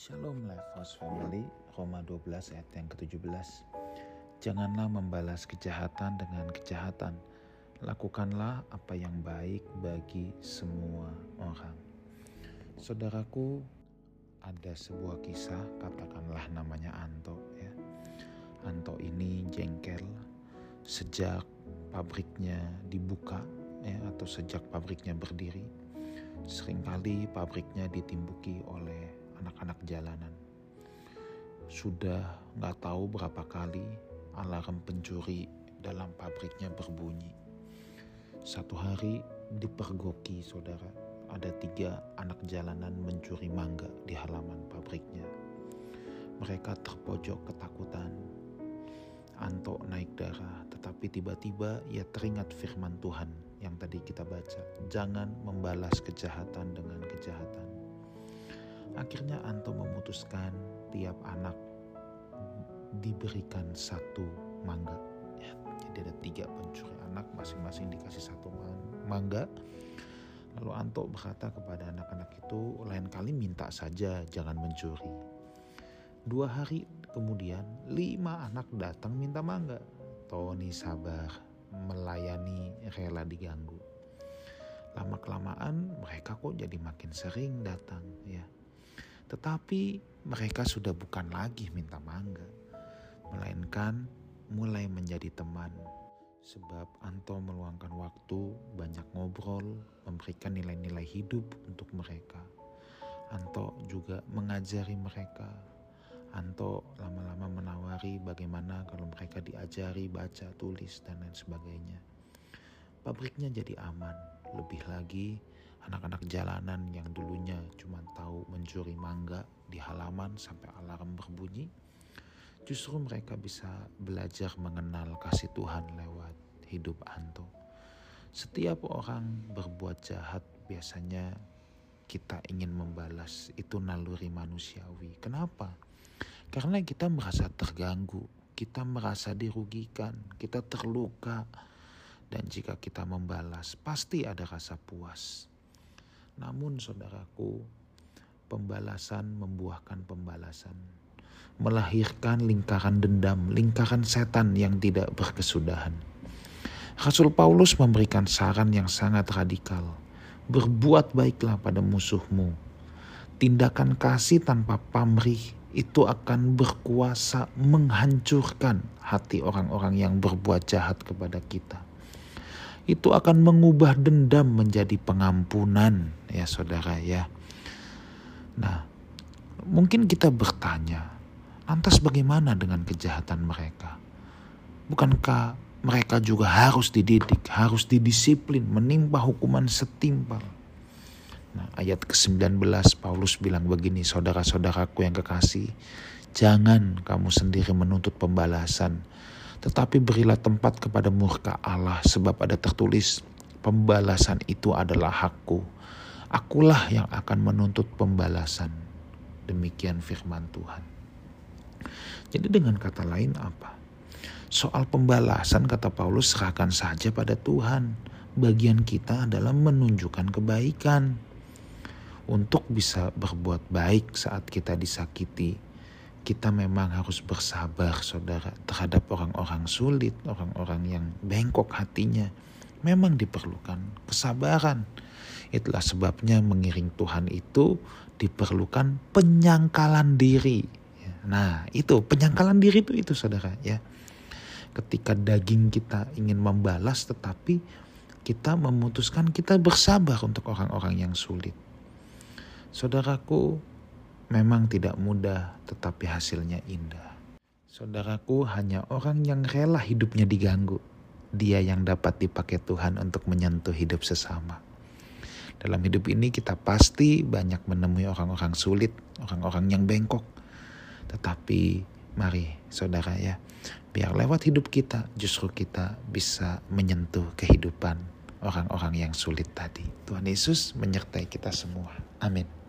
Shalom Lifehouse Family, Roma 12 ayat yang ke-17. Janganlah membalas kejahatan dengan kejahatan. Lakukanlah apa yang baik bagi semua orang. Saudaraku, ada sebuah kisah, katakanlah namanya Anto ya. Anto ini jengkel sejak pabriknya dibuka ya, atau sejak pabriknya berdiri. Seringkali pabriknya ditimbuki oleh anak-anak jalanan. Sudah gak tahu berapa kali alarm pencuri dalam pabriknya berbunyi. Satu hari dipergoki saudara, ada 3 anak jalanan mencuri mangga di halaman pabriknya. Mereka terpojok ketakutan. Anto naik darah, tetapi tiba-tiba ia teringat firman Tuhan yang tadi kita baca. Jangan membalas kejahatan dengan kejahatan. Akhirnya Anto memutuskan tiap anak diberikan 1 mangga. Ya, jadi ada 3 pencuri anak, masing-masing dikasih 1 mangga. Lalu Anto berkata kepada anak-anak itu, lain kali minta saja, jangan mencuri. 2 hari kemudian 5 anak datang minta mangga. Tony sabar, melayani rela diganggu. Lama-kelamaan mereka kok jadi makin sering datang ya. Tetapi mereka sudah bukan lagi minta mangga, melainkan mulai menjadi teman. Sebab Anto meluangkan waktu banyak ngobrol, memberikan nilai-nilai hidup untuk mereka. Anto juga mengajari mereka. Anto lama-lama menawari bagaimana kalau mereka diajari baca, tulis, dan lain sebagainya. Pabriknya jadi aman. Lebih lagi anak-anak jalanan yang dulunya cuma tahu mencuri mangga di halaman sampai alarm berbunyi, justru mereka bisa belajar mengenal kasih Tuhan lewat hidup Anto. Setiap orang berbuat jahat biasanya kita ingin membalas, itu naluri manusiawi. Kenapa? Karena kita merasa terganggu, kita merasa dirugikan, kita terluka. Dan jika kita membalas, pasti ada rasa puas. Namun saudaraku, pembalasan membuahkan pembalasan. Melahirkan lingkaran dendam, lingkaran setan yang tidak berkesudahan. Rasul Paulus memberikan saran yang sangat radikal. Berbuat baiklah pada musuhmu. Tindakan kasih tanpa pamrih itu akan berkuasa menghancurkan hati orang-orang yang berbuat jahat kepada kita. Itu akan mengubah dendam menjadi pengampunan ya saudara ya. Nah, mungkin kita bertanya, lantas bagaimana dengan kejahatan mereka? Bukankah mereka juga harus dididik, harus didisiplin, menimpa hukuman setimpal? Nah, ayat ke-19 Paulus bilang begini, saudara-saudaraku yang kekasih, jangan kamu sendiri menuntut pembalasan, tetapi berilah tempat kepada murka Allah, sebab ada tertulis, pembalasan itu adalah hakku. Akulah yang akan menuntut pembalasan. Demikian firman Tuhan. Jadi dengan kata lain apa? Soal pembalasan kata Paulus serahkan saja pada Tuhan. Bagian kita adalah menunjukkan kebaikan. Untuk bisa berbuat baik saat kita disakiti, kita memang harus bersabar saudara terhadap orang-orang sulit, orang-orang yang bengkok hatinya. Memang diperlukan kesabaran. Itulah sebabnya mengiring Tuhan itu diperlukan penyangkalan diri. Nah itu penyangkalan diri itu saudara ya. Ketika daging kita ingin membalas tetapi kita memutuskan kita bersabar untuk orang-orang yang sulit. Saudaraku, memang tidak mudah tetapi hasilnya indah. Saudaraku, hanya orang yang rela hidupnya diganggu, dia yang dapat dipakai Tuhan untuk menyentuh hidup sesama. Dalam hidup ini kita pasti banyak menemui orang-orang sulit, orang-orang yang bengkok. Tetapi mari saudara ya, biar lewat hidup kita justru kita bisa menyentuh kehidupan orang-orang yang sulit tadi. Tuhan Yesus menyertai kita semua. Amin.